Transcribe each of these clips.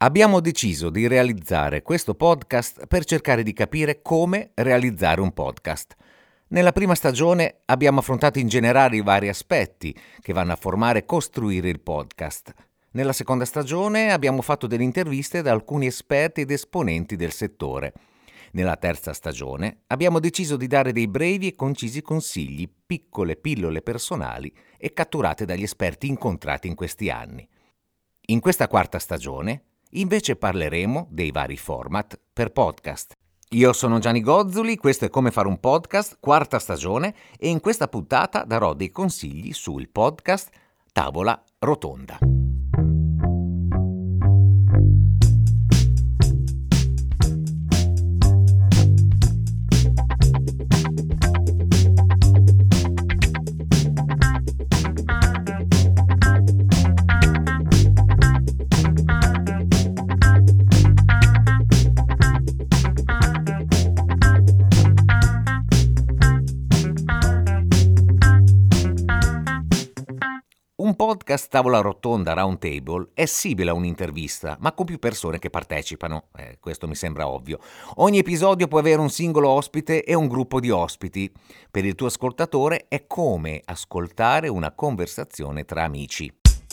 Abbiamo deciso di realizzare questo podcast per cercare di capire come realizzare un podcast. Nella prima stagione abbiamo affrontato in generale i vari aspetti che vanno a formare e costruire il podcast. Nella seconda stagione abbiamo fatto delle interviste da alcuni esperti ed esponenti del settore. Nella terza stagione abbiamo deciso di dare dei brevi e concisi consigli, piccole pillole personali e catturate dagli esperti incontrati in questi anni. In questa quarta stagione invece parleremo dei vari format per podcast. Io sono Gianni Gozzoli, questo è Come fare un podcast, quarta stagione, e in questa puntata darò dei consigli sul podcast Tavola Rotonda. Un podcast Tavola Rotonda Round Table è simile a un'intervista, ma con più persone che partecipano. Questo mi sembra ovvio. Ogni episodio può avere un singolo ospite e un gruppo di ospiti. Per il tuo ascoltatore è come ascoltare una conversazione tra amici.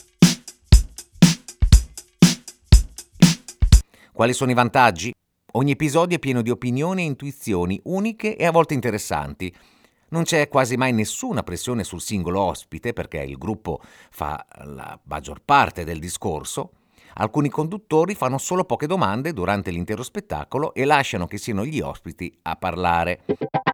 Quali sono i vantaggi? Ogni episodio è pieno di opinioni e intuizioni uniche e a volte interessanti. Non c'è quasi mai nessuna pressione sul singolo ospite perché il gruppo fa la maggior parte del discorso. Alcuni conduttori fanno solo poche domande durante l'intero spettacolo e lasciano che siano gli ospiti a parlare.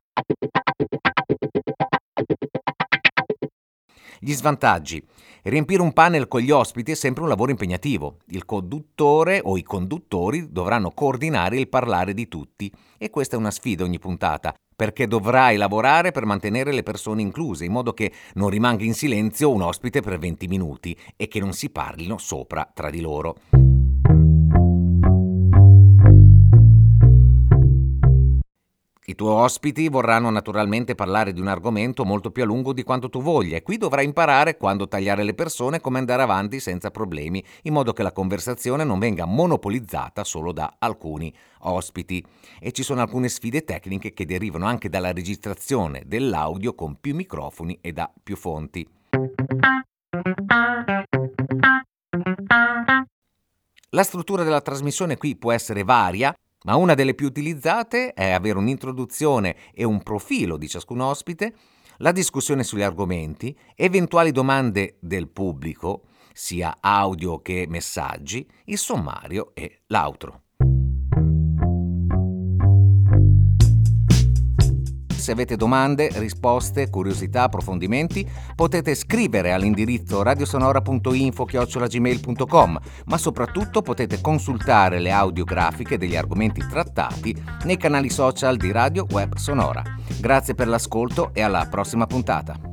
Gli svantaggi. Riempire un panel con gli ospiti è sempre un lavoro impegnativo. Il conduttore o i conduttori dovranno coordinare il parlare di tutti e questa è una sfida ogni puntata, perché dovrai lavorare per mantenere le persone incluse, in modo che non rimanga in silenzio un ospite per 20 minuti e che non si parlino sopra tra di loro. I tuoi ospiti vorranno naturalmente parlare di un argomento molto più a lungo di quanto tu voglia e qui dovrai imparare quando tagliare le persone e come andare avanti senza problemi, in modo che la conversazione non venga monopolizzata solo da alcuni ospiti. E ci sono alcune sfide tecniche che derivano anche dalla registrazione dell'audio con più microfoni e da più fonti. La struttura della trasmissione qui può essere varia, ma una delle più utilizzate è avere un'introduzione e un profilo di ciascun ospite, la discussione sugli argomenti, eventuali domande del pubblico, sia audio che messaggi, il sommario e l'outro. Se avete domande, risposte, curiosità, approfondimenti, potete scrivere all'indirizzo radiosonora.info@gmail.com, ma soprattutto potete consultare le audiografiche degli argomenti trattati nei canali social di Radio Web Sonora. Grazie per l'ascolto e alla prossima puntata.